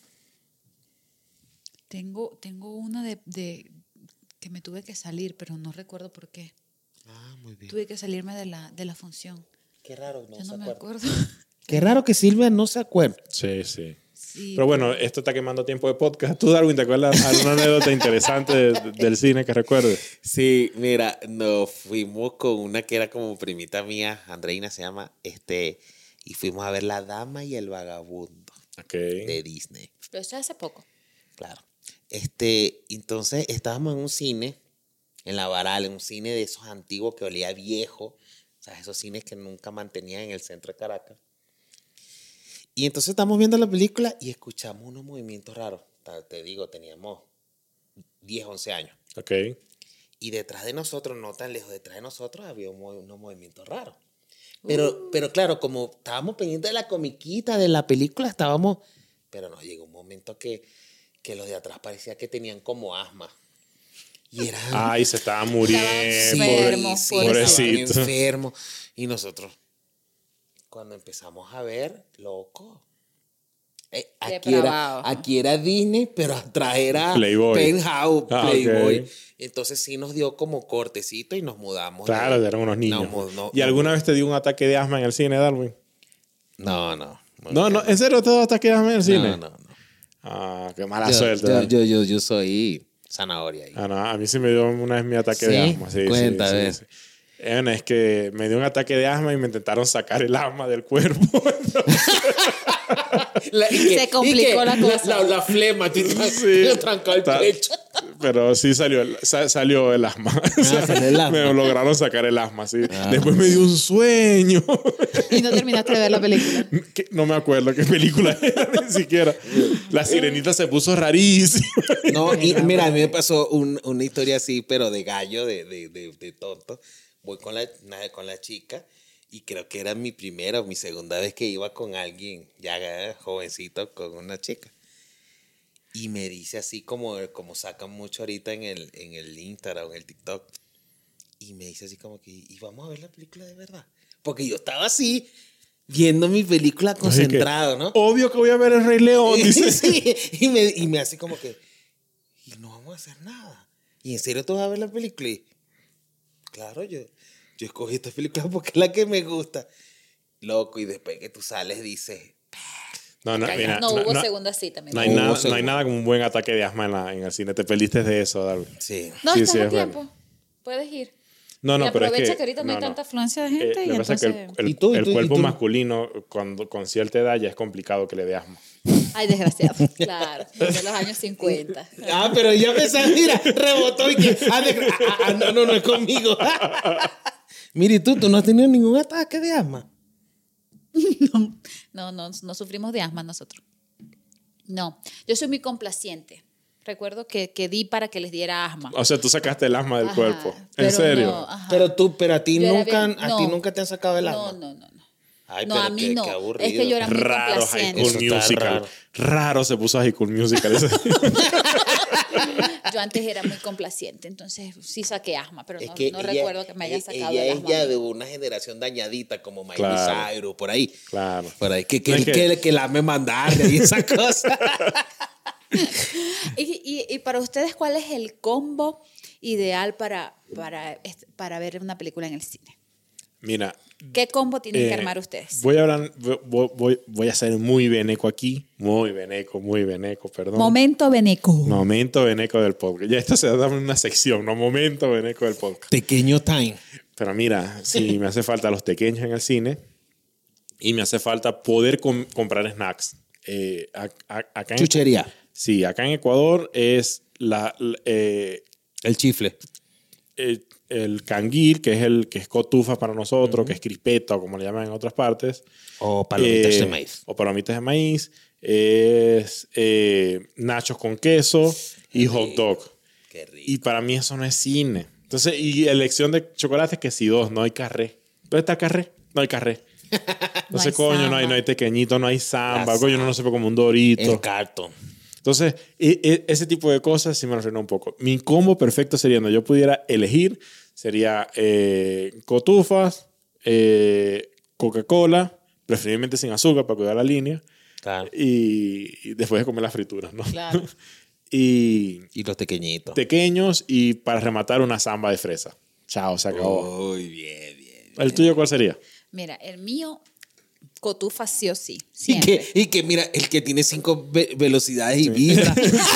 S3: Tengo, tengo una de, de que me tuve que salir, pero no recuerdo por qué.
S2: Ah, muy bien.
S3: Tuve que salirme de la, de la función.
S2: Qué raro, no
S3: Yo
S2: se
S3: no
S2: acuerda.
S3: me acuerdo.
S2: Qué raro que Silvia no se acuerde.
S1: Sí, sí.
S3: Sí.
S1: Pero bueno, esto está quemando tiempo de podcast. Tú, Darwin, ¿te acuerdas alguna anécdota interesante de- de- del cine que recuerdes?
S2: Sí, mira, nos fuimos con una que era como primita mía, Andreina se llama, este, y fuimos a ver La Dama y el Vagabundo
S1: Ok.
S2: de Disney.
S3: Pero eso hace poco.
S2: Claro. Este, entonces estábamos en un cine, en La Varal, en un cine de esos antiguos que olía viejo, o sea, esos cines que nunca mantenían en el centro de Caracas. Y entonces estamos viendo la película y escuchamos unos movimientos raros. Ta- Te digo, teníamos diez, once años.
S1: Ok.
S2: Y detrás de nosotros, no tan lejos, detrás de nosotros había un mo- unos movimientos raros. Pero, pero claro, como estábamos pendientes de la comiquita, de la película, estábamos... Pero nos llegó un momento que, que los de atrás parecía que tenían como asma. Y eran...
S1: Ay, se estaba muriendo.
S2: sí,
S3: enfermo,
S2: sí,
S1: pobrecito.
S2: estaban enfermos. Y nosotros, cuando empezamos a ver, loco... eh, aquí,
S3: Depravado.
S2: era, aquí era Disney, pero atrás era
S1: Playboy.
S2: Penthouse,
S1: Ah,
S2: Playboy.
S1: ok.
S2: Entonces sí nos dio como cortecito y nos mudamos.
S1: Claro,
S2: de-
S1: eran unos niños.
S2: No, mu- no,
S1: ¿Y
S2: no,
S1: alguna vez te dio un ataque de asma en el cine, Darwin?
S2: No, no.
S1: No, no, ¿en serio te dio ataque de asma en el cine?
S2: No, no, no.
S1: Ah, qué mala
S2: Yo,
S1: suerte.
S2: yo,
S1: Darwin.
S2: yo, yo, yo soy zanahoria ahí.
S1: Ah, no, a mí sí me dio una vez mi ataque de
S2: ¿Sí?
S1: asma. Sí,
S2: Cuenta,
S1: sí,
S2: a
S1: sí,
S2: ver.
S1: sí. Eh, bueno, es que me dio un ataque de asma y me intentaron sacar el asma del cuerpo.
S2: La- y que-
S3: Se complicó
S2: y que
S3: la cosa.
S2: La, la flema, te, te
S1: Sí.
S2: trancó el
S1: Ta-
S2: pecho.
S1: Pero sí salió el, sa- salió el asma. O sea,
S2: salió el asma.
S1: Me lograron sacar el asma, sí. Después me dio un sueño.
S3: Y no terminaste de ver la película.
S1: Que no me acuerdo qué película era ni siquiera. La sirenita se puso rarísima.
S2: No, y mira, a mí me pasó un- una historia así, pero de gallo, de, de, de, de tonto. Voy con la, na- con la chica y creo que era mi primera o mi segunda vez que iba con alguien, ya eh, jovencito, con una chica. Y me dice así como, como sacan mucho ahorita en el, en el Instagram o en el TikTok. Y me dice así como que, ¿y vamos a ver la película de verdad? Porque yo estaba así, viendo mi película concentrado, ¿no?
S1: Obvio que voy a ver el Rey León, dice.
S2: Sí, y, me, y me hace como que, y no vamos a hacer nada. ¿Y en serio tú vas a ver la película? Y, claro, yo, yo escogí esta película porque es la que me gusta. Loco, y después que tú sales dices,
S1: No, no, mira,
S3: no,
S1: no,
S3: hubo
S1: no-
S3: segunda cita. mi
S1: no hay
S3: amor.
S2: No
S1: nada,
S2: hubo
S1: no hay
S2: segunda.
S1: nada como un buen ataque de asma en, la- en el cine. Te perdiste de eso, Darwin.
S2: sí.
S3: No,
S1: Sí,
S3: estás
S1: sí,
S3: a
S1: es verdad.
S3: tiempo. Puedes ir.
S1: No, no,
S3: y
S1: pero es
S3: aprovecha
S1: que,
S3: que ahorita no hay
S1: no,
S3: tanta
S1: no.
S3: afluencia de
S1: Eh,
S3: gente. y
S1: lo que pasa es que el,
S3: entonces...
S1: el-
S2: ¿Y tú? ¿Y
S1: el
S2: tú? ¿Y
S1: cuerpo
S2: tú?
S1: masculino cuando, con cierta edad ya es complicado que le dé asma.
S3: Ay, desgraciado. Claro, desde los años cincuenta.
S2: Ah, pero ya pensaba, mira, rebotó y que, ah, de- ah, ah, no, no, no es conmigo. Mira, ¿y tú, tú no has tenido ningún ataque de asma?
S3: No, no, no sufrimos de asma nosotros. No, yo soy muy complaciente. Recuerdo que, que di para que les diera asma.
S1: O sea, tú sacaste el asma del
S3: Ajá,
S1: cuerpo.
S3: pero
S1: ¿En serio?
S3: no, ajá.
S2: Pero tú, pero a ti
S3: Yo era
S2: nunca,
S3: bien-
S2: a
S3: no.
S2: ti nunca te han sacado el
S3: No,
S2: asma.
S3: no, no, no.
S2: Ay,
S3: No,
S2: pero
S3: a mí
S2: qué-
S3: no.
S2: qué
S3: Es
S2: aburrido.
S3: que yo era muy
S1: Raro High
S3: complaciente.
S1: School
S2: Eso está
S1: Musical.
S2: raro.
S1: Raro. se puso High School Musical. ese.
S3: Yo antes era muy complaciente, entonces sí saqué asma, pero
S2: Es
S3: no,
S2: que
S3: no
S2: ella-
S3: recuerdo que me haya
S2: e-
S3: sacado
S2: ella
S3: el
S2: es
S3: asma.
S2: ya de una generación dañadita como Miley
S1: Claro.
S2: Cyrus, por ahí.
S1: Claro.
S2: Por ahí. Que, que,
S1: No, es
S2: que,
S1: que-
S2: que la me mandarle y esa cosa.
S3: Y, y- y para ustedes, ¿cuál es el combo ideal para, para, est- para ver una película en el cine?
S1: Mira.
S3: ¿Qué combo tienen que
S1: eh,
S3: armar ustedes?
S1: Voy a, hablar, voy, voy, voy a ser muy veneco aquí. Muy veneco, muy veneco, perdón.
S3: Momento Beneco.
S1: Momento veneco del podcast. Ya esto se da en una sección, ¿no? Momento veneco del podcast.
S2: Pequeño time.
S1: Pero mira, sí, me hace falta los pequeños en el cine y me hace falta poder com- comprar snacks. Eh, a- a- acá en,
S2: Chuchería.
S1: sí, acá en Ecuador es la, la- eh,
S2: El chifle.
S1: el, el canguil, que es el que es cotufa para nosotros, que es crispeta o como le llaman en otras partes.
S2: O palomitas
S1: Eh,
S2: de maíz.
S1: O palomitas de maíz. Es eh, nachos con queso y hot dog.
S2: Qué rico.
S1: Y para mí eso no es cine. Entonces, y elección de chocolates que si dos, no hay carré. ¿Dónde está el carré? No hay carré. Entonces,
S3: hay
S1: coño, no hay,
S3: samba.
S1: no hay tequeñito, no hay samba.
S2: La
S1: Coño, no, no se ve como un dorito.
S2: El cartón.
S1: Entonces, e- e- ese tipo de cosas sí me lo arruinó un poco. Mi combo perfecto sería, no yo pudiera elegir, sería eh, cotufas, eh, Coca-Cola, preferiblemente sin azúcar para cuidar la línea,
S2: Claro.
S1: y, y después de comer las frituras, ¿no?
S3: Claro.
S1: y
S2: Y los pequeñitos.
S1: pequeños y para rematar una samba de fresa. Chao, se acabó.
S2: Uy, bien, bien.
S1: ¿El tuyo cuál sería?
S3: Mira, el mío, Cotufa sí o sí.
S2: Y
S3: Siempre.
S2: que, y que mira, el que tiene cinco ve- velocidades y vibra.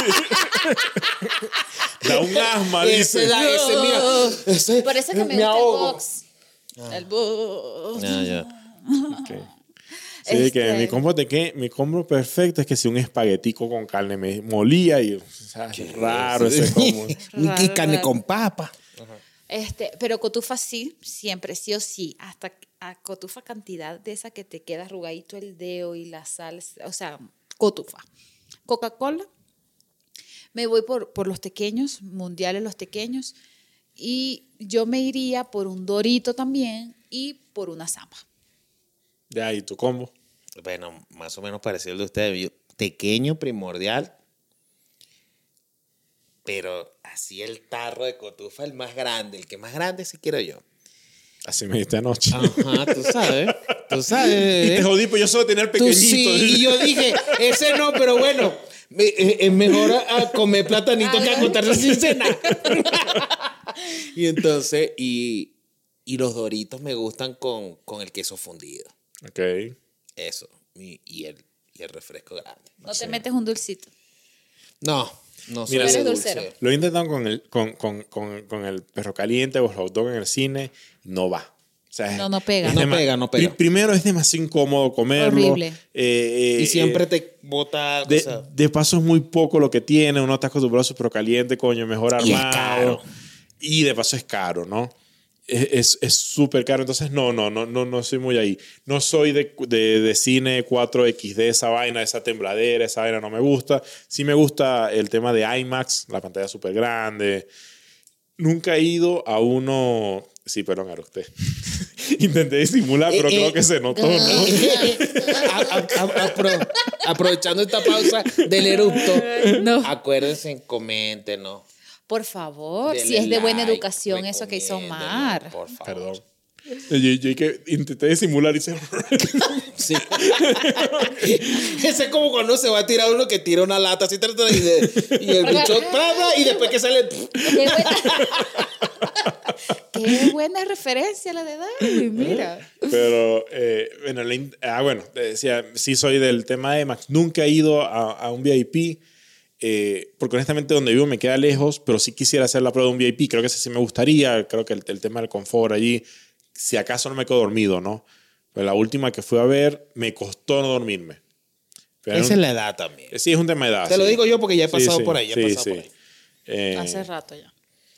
S1: Da un asma,
S2: Ese
S1: dice.
S2: da ese, mira. Ese,
S3: Por eso que me,
S2: me
S3: gusta
S2: ahogo.
S3: el box. El box.
S2: Ya, ya.
S1: Ok. Sí, que
S3: Este-
S1: mi combo de que mi combo perfecto es que si un espaguetico con carne me molía y o sea, es raro ese combo.
S2: Y
S3: Raro,
S2: carne
S3: raro.
S2: con papa.
S3: Este, pero cotufa sí, siempre, sí o sí. Hasta a cotufa cantidad de esa que te queda arrugadito el dedo y la sal. O sea, cotufa. Coca-Cola. Me voy por, por los pequeños, mundiales los pequeños. Y yo me iría por un Dorito también y por una Zamba.
S1: Ya, ¿y tu combo?
S2: Bueno, más o menos parecido al de ustedes. Yo, pequeño, primordial. Pero así el tarro de cotufa, el más grande. El que más grande sí quiero yo.
S1: Así me diste anoche.
S2: Ajá, tú sabes. Tú
S1: Y
S2: sabes.
S1: te jodí, pues yo solo tenía el
S2: Tú
S1: pequeñito.
S2: sí, y yo dije, ese no, pero bueno, me- eh, es mejor a, a comer platanito que acostarse sin cenar. Y entonces, y, y los doritos me gustan con, con el queso fundido.
S1: Ok.
S2: Eso. Y, y el, y el refresco grande.
S3: No te metes un dulcito.
S2: No, no soy
S1: Mira,
S2: de
S3: eres
S2: dulce.
S3: dulcero.
S1: Lo he intentado con el, con, con, con, con el perro caliente o el hot dog en el cine. No va. O sea,
S3: No, no pega.
S1: es
S2: No
S1: dema-
S2: pega, no pega.
S1: pri- Primero es demasiado incómodo comerlo.
S3: Horrible.
S1: Eh, eh,
S2: Y siempre
S1: eh,
S2: te bota.
S1: De,
S2: o sea,
S1: de paso es muy poco lo que tiene, uno está acostumbrado a su perro caliente, coño, mejor
S2: Y es
S1: armado.
S2: caro.
S1: Y de paso es caro, ¿no? Es es súper caro, entonces no, no, no, no, no soy muy ahí. No soy de, de, de cine cuatro equis de, esa vaina, esa tembladera, esa vaina no me gusta. Sí me gusta el tema de IMAX, la pantalla súper grande. Nunca he ido a uno... Sí, perdón, era usted. Intenté disimular, pero
S2: Eh,
S1: creo
S2: eh,
S1: que se notó, ¿no?
S2: A- a- a- apro- aprovechando esta pausa del erupto,
S3: No.
S2: acuérdense, comenten, ¿no?
S3: Por favor,
S2: Denle
S3: si es de buena
S2: like,
S3: educación eso que hizo
S2: recomiéndenlo,
S3: Omar.
S2: Por favor.
S1: Perdón. Yo, yo, yo que intenté disimular y se...
S2: Sí. Ese es como cuando se va a tirar uno que tira una lata así tra, tra, y, de- y el bicho bla, bla, y después que sale
S3: Qué buena, Qué buena referencia la de Darwin, mira.
S1: Pero, eh, bueno, la in- ah, bueno, te decía, sí soy del tema de Max. Nunca he ido a, a un V I P, eh, porque honestamente donde vivo me queda lejos, pero sí quisiera hacer la prueba de un V I P. Creo que ese sí me gustaría. Creo que el, el tema del confort allí, si acaso no me quedo dormido, ¿no? Pero la última que fui a ver, me costó no dormirme. Pero
S2: esa
S1: era
S2: es
S1: un-
S2: la edad también.
S1: Sí, es un tema de edad.
S2: Te lo
S1: sí.
S2: digo yo porque ya he
S1: Sí,
S2: pasado
S1: sí,
S2: por ahí. Ya he
S1: sí,
S2: pasado
S1: sí.
S2: por ahí.
S1: Eh,
S3: Hace rato ya.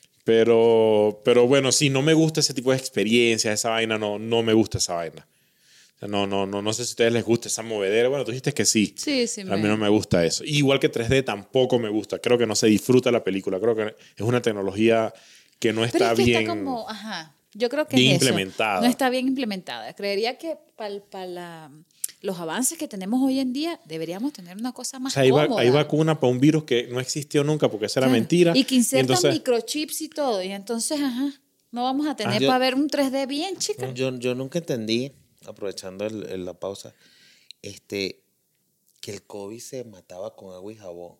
S1: Pero, pero bueno, sí, no me gusta ese tipo de experiencia, esa vaina, no, no me gusta esa vaina. O sea, no, no, no, no sé si a ustedes les gusta esa movedera. Bueno, tú dijiste que sí.
S3: Sí, sí.
S1: A mí no me gusta eso. Igual que tres D tampoco me gusta. Creo que no se disfruta la película. Creo que es una tecnología que no
S3: Pero
S1: está
S3: es que
S1: bien.
S3: está como, ajá, yo creo que
S1: bien
S3: es eso.
S1: implementada.
S3: No está bien implementada. Creería que para los avances que tenemos hoy en día deberíamos tener una cosa
S1: O
S3: más
S1: sea, hay, va-
S3: cómoda.
S1: hay vacuna para un virus que no existió nunca porque esa era
S3: Claro.
S1: mentira.
S3: Y que insertan
S1: entonces-
S3: microchips y todo. Y entonces, ajá, no vamos a tener
S2: Ah, yo-
S3: para ver un tres D bien, chica.
S2: Yo, yo nunca entendí, aprovechando el- el- la pausa, este, que el COVID se mataba con agua y jabón.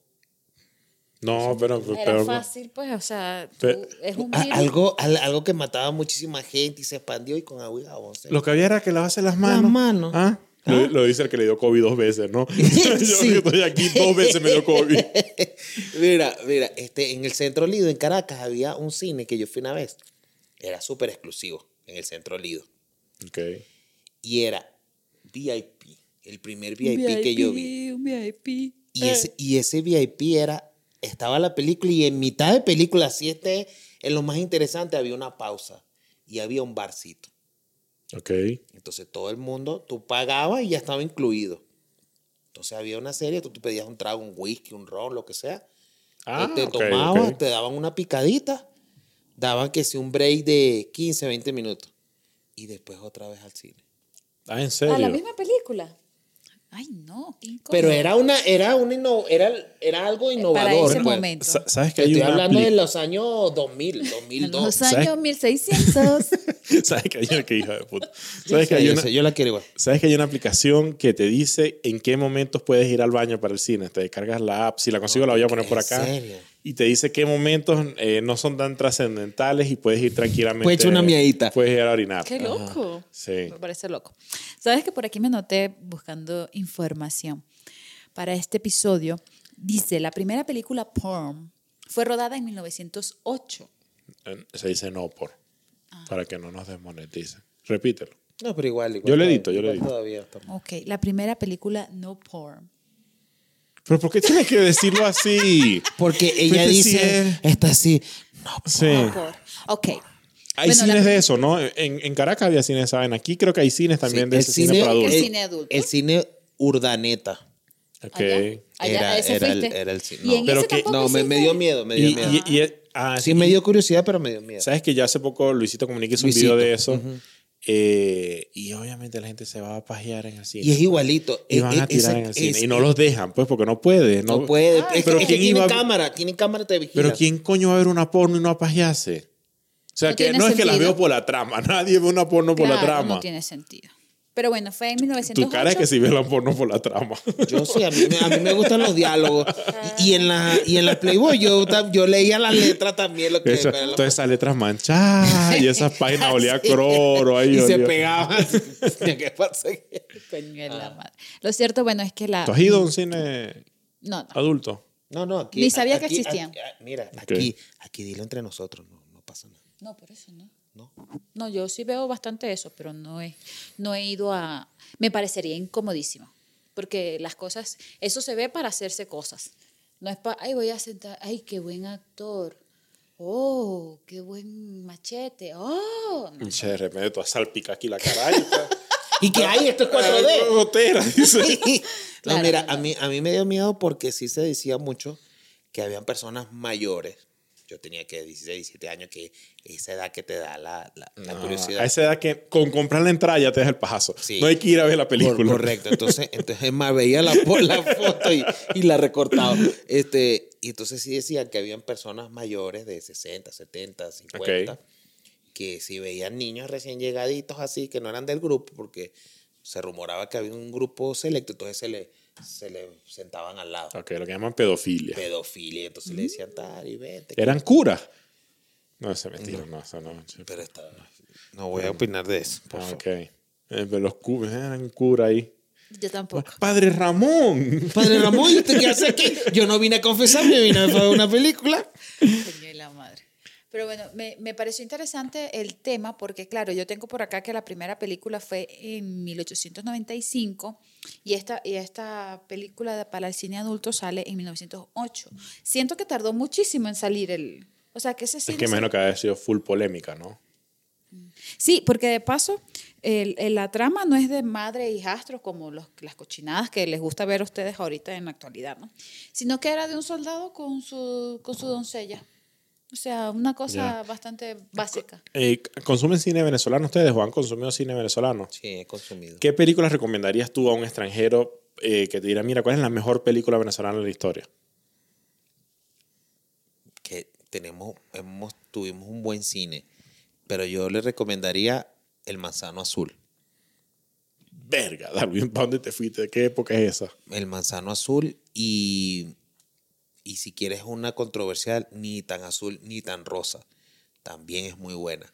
S1: No, pero...
S3: Era
S1: pero
S3: fácil, pues, o sea, tú-
S1: Pero-
S3: es un
S2: A-
S3: virus.
S2: algo, al- algo que mataba a muchísima gente y se expandió y con agua y jabón. se-
S1: lo que había era que lavarse las manos.
S2: manos.
S1: ¿Ah? Lo, lo dice el que le dio COVID dos veces, ¿no? Yo
S2: Sí.
S1: que estoy aquí dos veces me dio COVID.
S2: Mira, mira, este, en el Centro Lido, en Caracas, había un cine que yo fui una vez. Era súper exclusivo, en el Centro Lido.
S1: Ok.
S2: Y era V I P, el primer V I P que yo vi.
S3: Un V I P.
S2: Y ese, y ese V I P era, estaba la película y en mitad de película, así este, en lo más interesante, había una pausa y había un barcito.
S1: Ok.
S2: Entonces todo el mundo, tú pagabas y ya estaba incluido. Entonces había una serie, tú te pedías un trago, un whisky, un ron, lo que sea.
S1: Ah,
S2: te
S1: ok,
S2: tomabas,
S1: ok.
S2: te daban una picadita, daban que si un break de quince, veinte minutos. Y después otra vez al cine.
S1: Ah, ¿en serio?
S3: ¿A la misma película? Ay, no, qué incómodo.
S2: Pero era una, era una inno- era, era algo innovador.
S3: ese
S2: pues.
S3: momento.
S1: Sa- ¿Sabes que
S2: Te
S1: hay
S2: estoy
S1: una
S2: hablando
S1: apli-
S2: de los años dos mil, dos mil
S3: En
S2: dos.
S3: los
S1: ¿Sabes?
S3: años mil seiscientos.
S1: ¿Sabes que hay una que hija de puta? ¿Sabes que
S2: Sí,
S1: hay
S2: yo
S1: una,
S2: sé, yo la quiero igual.
S1: ¿Sabes que hay una aplicación que te dice en qué momentos puedes ir al baño para el cine? Te descargas la app. Si la consigo, la voy a poner por
S2: ¿En
S1: acá.
S2: serio?
S1: y te dice qué momentos eh, no son tan trascendentales y puedes ir tranquilamente.
S2: Puedes echar una miadita.
S1: Puedes ir a orinar.
S3: Qué loco.
S1: Ajá. Sí.
S3: Me parece loco. Sabes que por aquí me noté buscando información para este episodio. Dice, la primera película porn fue rodada en mil novecientos ocho.
S1: Se dice no por, ah. para que no nos desmoneticen. Repítelo.
S2: No, pero igual, igual.
S1: Yo le edito, yo le edito.
S2: Todavía estamos.
S3: Ok, la primera película no porn.
S1: ¿Pero por qué tienes que decirlo así?
S2: Porque ella
S1: Porque
S2: dice,
S1: sí es...
S2: está así, no porn.
S1: Sí.
S3: No porn. Ok.
S1: Hay
S3: Bueno,
S1: cines
S3: la...
S1: de eso, ¿no? En, en Caracas había cines, ¿saben? Aquí creo que hay cines también
S2: Sí,
S1: de
S2: el
S1: ese cine,
S2: cine-
S1: para adultos.
S3: El
S2: el-
S3: cine adulto.
S2: El cine Urdaneta.
S1: Ok.
S3: Allá, allá,
S2: Era-
S3: ese
S2: era el-
S3: fuiste.
S2: era el cine.
S3: Y
S2: No,
S3: en
S1: pero
S3: ese
S1: que-
S3: tampoco
S2: No, me, me dio
S3: hiciste.
S2: miedo, me dio
S1: Y,
S2: miedo.
S1: y- y- ah,
S2: Sí, me dio curiosidad, pero me dio miedo.
S1: ¿Sabes que ya hace poco Luisito Comunica hizo un
S2: Luisito,
S1: video de eso?
S2: ujú.
S1: Eh, y obviamente la gente se va a pajear en el cine.
S2: Y es igualito.
S1: Y van
S2: Eh,
S1: a
S2: eh,
S1: tirar
S2: esa-
S1: en el cine.
S2: es-
S1: y no los dejan, pues, porque no puede. No,
S2: No puede.
S3: Ah,
S2: es,
S1: pero
S2: que- es que
S1: ¿quién
S2: tiene
S1: iba a-
S2: cámara, tiene cámara te vigila.
S1: Pero ¿quién coño va a ver una porno y no a pajearse? O sea,
S3: No
S1: que
S3: tiene
S1: no es que las
S3: sentido.
S1: veo por la trama. Nadie ve una porno por la
S3: Claro,
S1: trama.
S3: no tiene sentido. Pero bueno, fue en mil novecientos ocho.
S1: Tu cara es que sí ve la porno por la trama.
S2: Yo sí, a mí, me- a mí me gustan los diálogos. Y, y en la, y en la Playboy yo, ta- yo leía las letras también. Lo que,
S1: Eso,
S2: pero la-
S1: todas esas letras manchadas y esas páginas olía a cloro. Ahí,
S2: y se
S1: olía.
S2: pegaban. ¿Qué pasa?
S3: Coño de la madre. Lo cierto, bueno, es que la...
S1: ¿Tú has ido a un cine
S3: No, no.
S1: adulto?
S2: No, no, aquí.
S3: Ni sabía que
S2: aquí-
S3: existían.
S2: aquí- ah, mira,
S1: Ok.
S2: aquí, aquí dilo entre nosotros, no, no pasa nada.
S3: No, por eso no.
S2: No.
S3: No, yo sí veo bastante eso, pero no he, no he ido a... Me parecería incomodísimo, porque las cosas, eso se ve para hacerse cosas. No es para, ay, voy a sentar, ay, qué buen actor. Oh, qué buen machete. Oh. No.
S1: Y de repente tú salpica aquí la cara. Ay, está-
S2: ¿Y qué hay? Esto es cuatro
S1: Ay,
S2: D.
S1: gotera, dice.
S2: No,
S3: Claro,
S2: mira,
S3: no, no.
S2: A, mí, a mí me dio miedo porque sí se decía mucho que habían personas mayores. Yo tenía que dieciséis, diecisiete años, que esa edad que te da la, la, la
S1: No,
S2: curiosidad.
S1: a esa edad que con comprar la entrada ya te deja el pajazo.
S2: Sí.
S1: No hay que ir a ver la
S2: Cor-
S1: película.
S2: correcto. Entonces, entonces es más, veía la, fo- la foto y, y la recortaba. Este, y entonces sí decían que habían personas mayores de sesenta, setenta, cincuenta,
S1: Ok.
S2: que si veían niños recién llegaditos así, que no eran del grupo, porque se rumoraba que había un grupo selecto, entonces se le, se le sentaban al lado.
S1: Ok, lo que llaman pedofilia.
S2: Pedofilia, entonces le decían, tal, y vete.
S1: ¿Eran curas? No, ese es mentira, no, eso no.
S2: Pero está, no voy a opinar de eso, por
S1: Ah,
S2: favor.
S1: ok. Eh, pero los curas eran curas ahí.
S3: Yo tampoco.
S1: Padre Ramón.
S2: Padre Ramón, ¿y usted qué hace aquí? Yo no vine a confesarme, vine a ver una película.
S3: Coño de la madre. Pero bueno, me, me pareció interesante el tema porque, claro, yo tengo por acá que la primera película fue en mil ochocientos noventa y cinco y esta, y esta película de- para el cine adulto sale en mil novecientos ocho. Siento que tardó muchísimo en salir el... O sea, que ese
S1: Es
S3: cine...
S1: que
S3: se-
S1: menos que haya sido full polémica, ¿no?
S3: Sí, porque de paso, el- el- la trama no es de madre e hijastros como los, las cochinadas que les gusta ver a ustedes ahorita en la actualidad, ¿no? Sino que era de un soldado con su, con su doncella. O sea, una cosa
S1: Ya.
S3: bastante básica.
S1: Eh, ¿Consumen cine venezolano ustedes o han consumido cine venezolano?
S2: Sí, he consumido.
S1: ¿Qué películas recomendarías tú a un extranjero eh, que te dirá, mira, ¿cuál es la mejor película venezolana de la historia?
S2: Que tenemos, hemos, tuvimos un buen cine, pero yo le recomendaría El Manzano Azul.
S1: Verga, Darwin, ¿para dónde te fuiste? ¿De qué época es esa?
S2: El Manzano Azul y, y si quieres una controversial, ni tan azul ni tan rosa. También es muy buena.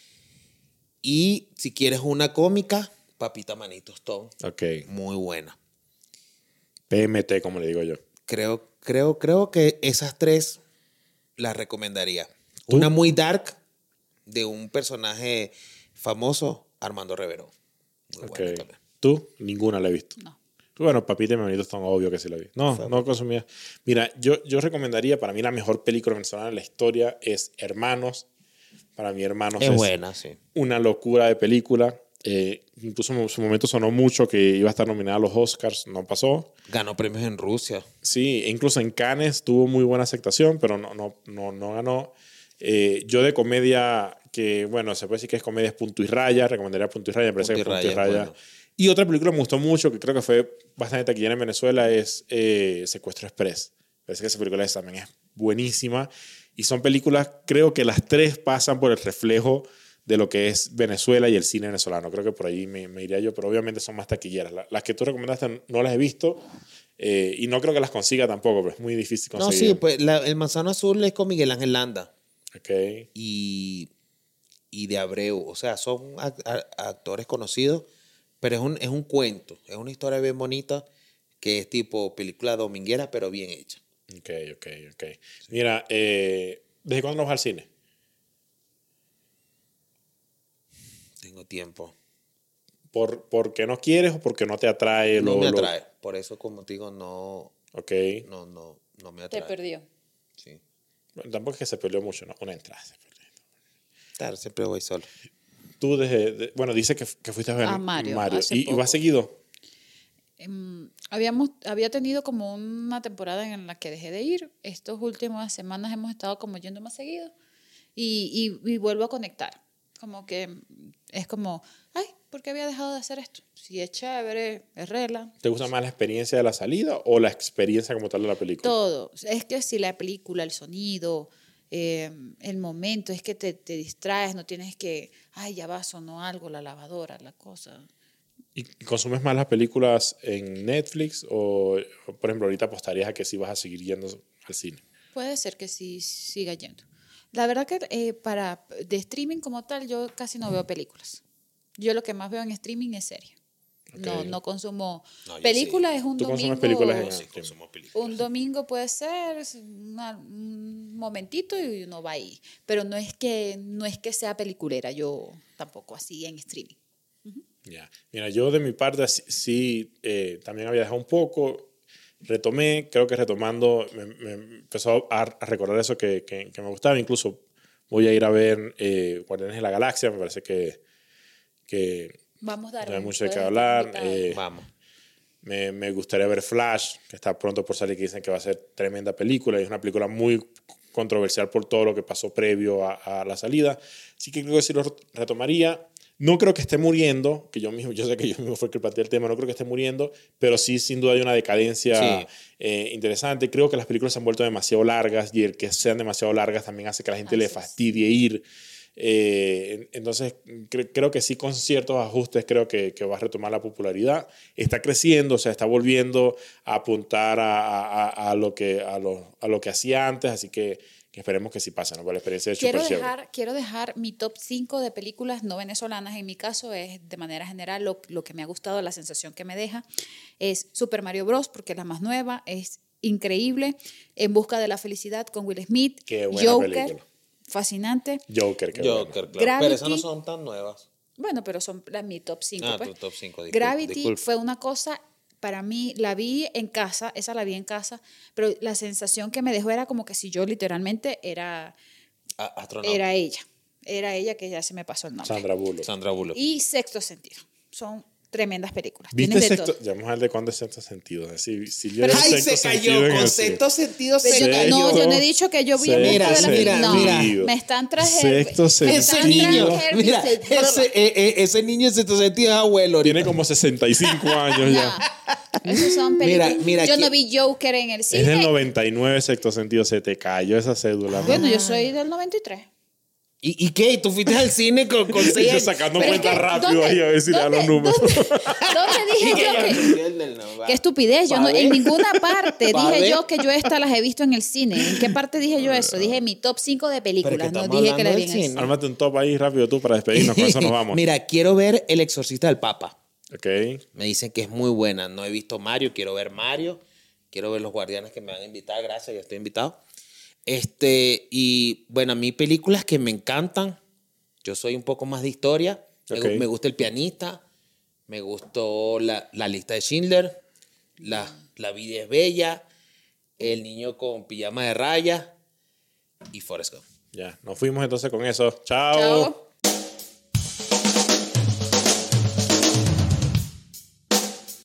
S2: Y si quieres una cómica, Papita Manito Stone.
S1: Ok.
S2: Muy buena.
S1: P M T, como le digo yo.
S2: Creo, creo, creo que esas tres las recomendaría.
S1: ¿Tú?
S2: Una muy dark de un personaje famoso, Armando Rivero. Muy
S1: Ok.
S2: buena también.
S1: ¿Tú? Ninguna la he visto.
S3: No.
S1: Bueno, Papita y Manito están obvio que sí la vi. No, no consumía. Mira, yo, yo recomendaría, para mí la mejor película venezolana de la historia es Hermanos. Para mí Hermanos
S2: Es
S1: es,
S2: buena, sí.
S1: una locura de película. Eh, incluso en su momento sonó mucho que iba a estar nominada a los Oscars. No pasó.
S2: Ganó premios en Rusia.
S1: Sí, incluso en Cannes tuvo muy buena aceptación, pero no, no, no, no ganó. Eh, yo de comedia, que bueno, se puede decir que es comedia, es Punto y Raya, recomendaría Punto y Raya, me parece
S2: Punto y
S1: que Punto y
S2: Raya es
S1: Raya.
S2: bueno.
S1: Y otra película que me gustó mucho, que creo que fue bastante taquillera en Venezuela, es eh, Secuestro Express. Parece que esa película es- también es buenísima. Y son películas, creo que las tres pasan por el reflejo de lo que es Venezuela y el cine venezolano. Creo que por ahí me, me iría yo, pero obviamente son más taquilleras. La- las que tú recomendaste no las he visto. Eh, y no creo que las consiga tampoco, pero es muy difícil
S2: No,
S1: conseguir.
S2: sí, pues la- el Manzano Azul es con Miguel Ángel Landa
S1: Ok.
S2: y, y de Abreu. O sea, son ac- a- actores conocidos, pero es un, es un cuento, es una historia bien bonita que es tipo película dominguera, pero bien hecha.
S1: Ok, ok, ok. Mira, eh, ¿desde cuándo no vas al cine?
S2: Tengo tiempo.
S1: ¿Por, ¿Porque no quieres o porque no te atrae?
S2: No
S1: lo-
S2: me
S1: lo-
S2: atrae. Por eso, como te digo, no,
S1: Ok.
S2: no, no, no me
S3: Te
S2: atrae.
S3: perdió.
S2: Sí.
S1: Bueno, tampoco es que se peleó mucho, ¿no? Una entrada se perdió.
S2: Claro, siempre voy solo.
S1: Tú desde... de- bueno, dice que, que fuiste a ver
S3: A Mario, hace
S1: ¿Y, y vas
S3: poco.
S1: seguido?
S3: Em, habíamos, había tenido como una temporada en la que dejé de ir. Estas últimas semanas hemos estado como yendo más seguido y, y, y vuelvo a conectar. Como que es como, ay, ¿por qué había dejado de hacer esto? Si es chévere, es regla.
S1: ¿Te gusta más la experiencia de la salida o la experiencia como tal de la película?
S3: Todo. Es que si la película, el sonido, eh, el momento, es que te, te distraes, no tienes que, ay, ya va, sonó algo, la lavadora, la cosa.
S1: ¿Y consumes más las películas en Netflix o, o, por ejemplo, ahorita apostarías a que sí vas a seguir yendo al cine?
S3: Puede ser que sí siga yendo. La verdad que eh, para de streaming como tal, yo casi no veo películas. Yo lo que más veo en streaming es serie.
S1: Ok.
S3: No, no consumo
S2: No, yo
S3: películas,
S2: sí.
S3: es un
S1: ¿Tú
S3: domingo.
S1: consumes películas en
S2: Sí,
S1: streaming?
S2: consumo películas.
S3: Un domingo puede ser es una- un momentito y uno va ahí. Pero no es que no es que sea peliculera, yo tampoco así en streaming.
S1: Ya. Mira, yo de mi parte sí, sí, eh, también había dejado un poco, retomé, creo que retomando me, me empezó a, a recordar eso que, que, que me gustaba, incluso voy a ir a ver eh, Guardianes de la Galaxia, me parece que, que
S3: Vamos,
S1: no hay
S3: Darwin.
S1: mucho de qué
S3: puedes estar
S1: hablar.
S3: invitado.
S1: eh,
S2: Vamos.
S1: me, me gustaría ver Flash, que está pronto por salir, que dicen que va a ser tremenda película, y es una película muy controversial por todo lo que pasó previo a, a la salida, así que creo que sí lo retomaría. No creo que esté muriendo, que yo mismo, yo sé que yo mismo fue el que planteé el tema, no creo que esté muriendo, pero sí, sin duda hay una decadencia
S2: Sí.
S1: eh, interesante. Creo que las películas se han vuelto demasiado largas y el que sean demasiado largas también hace que a la gente
S3: Así
S1: le
S3: es.
S1: fastidie ir. Eh, entonces, cre creo que sí, con ciertos ajustes, creo que, que va a retomar la popularidad. Está creciendo, o sea, está volviendo a apuntar a, a, a, lo, que, a, lo, a lo que hacía antes, así que, que esperemos que sí pase, ¿no? Por la experiencia de
S3: Quiero
S1: súper chévere.
S3: dejar, quiero dejar mi top cinco de películas no venezolanas. En mi caso es de manera general lo, lo que me ha gustado, la sensación que me deja es Super Mario Bros. Porque es la más nueva, es increíble. En busca de la felicidad con Will Smith.
S1: Qué buena
S3: Joker,
S1: película.
S3: fascinante.
S1: Joker, qué
S2: Joker,
S1: bueno.
S2: claro.
S3: Gravity.
S2: Pero esas no son tan nuevas.
S3: Bueno, pero son las mi top cinco.
S2: Ah,
S3: pues.
S2: tu top cinco, disculpa,
S3: Gravity
S2: disculpa.
S3: fue una cosa, para mí, la vi en casa, esa la vi en casa, pero la sensación que me dejó era como que si yo literalmente era,
S2: Ah, astronauta.
S3: era ella. Era ella que ya se me pasó el nombre.
S1: Sandra Bullock.
S2: Sandra Bullock.
S3: Y Sexto Sentido. Son tremendas películas.
S1: ¿Viste
S3: Tienen de
S1: sexto?
S3: todo.
S1: Ya vamos a hablar de cuándo es sexto sentido. Si, si yo
S3: Pero-
S1: era
S2: ¡Ay,
S1: sexto
S2: se cayó!
S1: sentido en
S2: Con
S1: el cine.
S2: sexto sentido se
S3: Pero yo-
S2: cayó.
S3: no, yo no he dicho que yo vi en
S2: Mira,
S3: busca de la
S2: mira,
S3: no,
S2: mira.
S3: me están trayendo.
S1: Sexto
S3: me
S1: sentido.
S2: Ese
S3: están
S2: niño,
S3: trayendo-
S2: mira, ese, eh, eh, ese niño en sexto sentido es abuelo ahorita.
S1: Tiene como sesenta y cinco años ya.
S3: No, esos son
S2: Mira,
S3: películas.
S2: mira,
S3: yo
S2: aquí-
S3: no vi Joker en el
S1: Es
S3: cine.
S1: del noventa y nueve sexto sentido. Se te cayó esa cédula. ¿no?
S3: Bueno, yo soy del noventa y tres.
S2: ¿Y, ¿Y qué? ¿Tú fuiste al cine con, con
S1: Y
S2: seis
S1: yo
S2: años?
S1: sacando
S3: Pero es
S1: cuentas
S3: que,
S1: rápido
S3: ¿dónde-
S1: ahí a ver si le dan los
S3: dónde-
S1: números.
S3: ¿Dónde, dónde dije yo que.? Qué estupidez, yo no,
S2: Pa' ver.
S3: en ninguna parte
S2: Pa'
S3: dije
S2: ver.
S3: yo que yo estas las he visto en el cine. ¿En qué parte dije yo eso? Dije mi top cinco de películas, no
S2: estamos
S3: dije que la
S2: hablando
S3: vi en
S2: del
S3: el
S2: cine.
S3: cine.
S1: Ármate un top ahí rápido tú para despedirnos. Con eso nos vamos.
S2: Mira, quiero ver El Exorcista del Papa.
S1: Ok.
S2: Me dicen que es muy buena. No he visto Mario, quiero ver Mario. Quiero ver Los Guardianes que me van a invitar. Gracias, ya estoy invitado. Este, y bueno, a mí películas que me encantan. Yo soy un poco más de historia. Me,
S1: Ok.
S2: gu- me gusta El Pianista. Me gustó La, la Lista de Schindler. La, la Vida es Bella. El Niño con Pijama de Rayas. Y Forrest Gump.
S1: Ya, nos fuimos entonces con eso. Chao.
S3: Chao.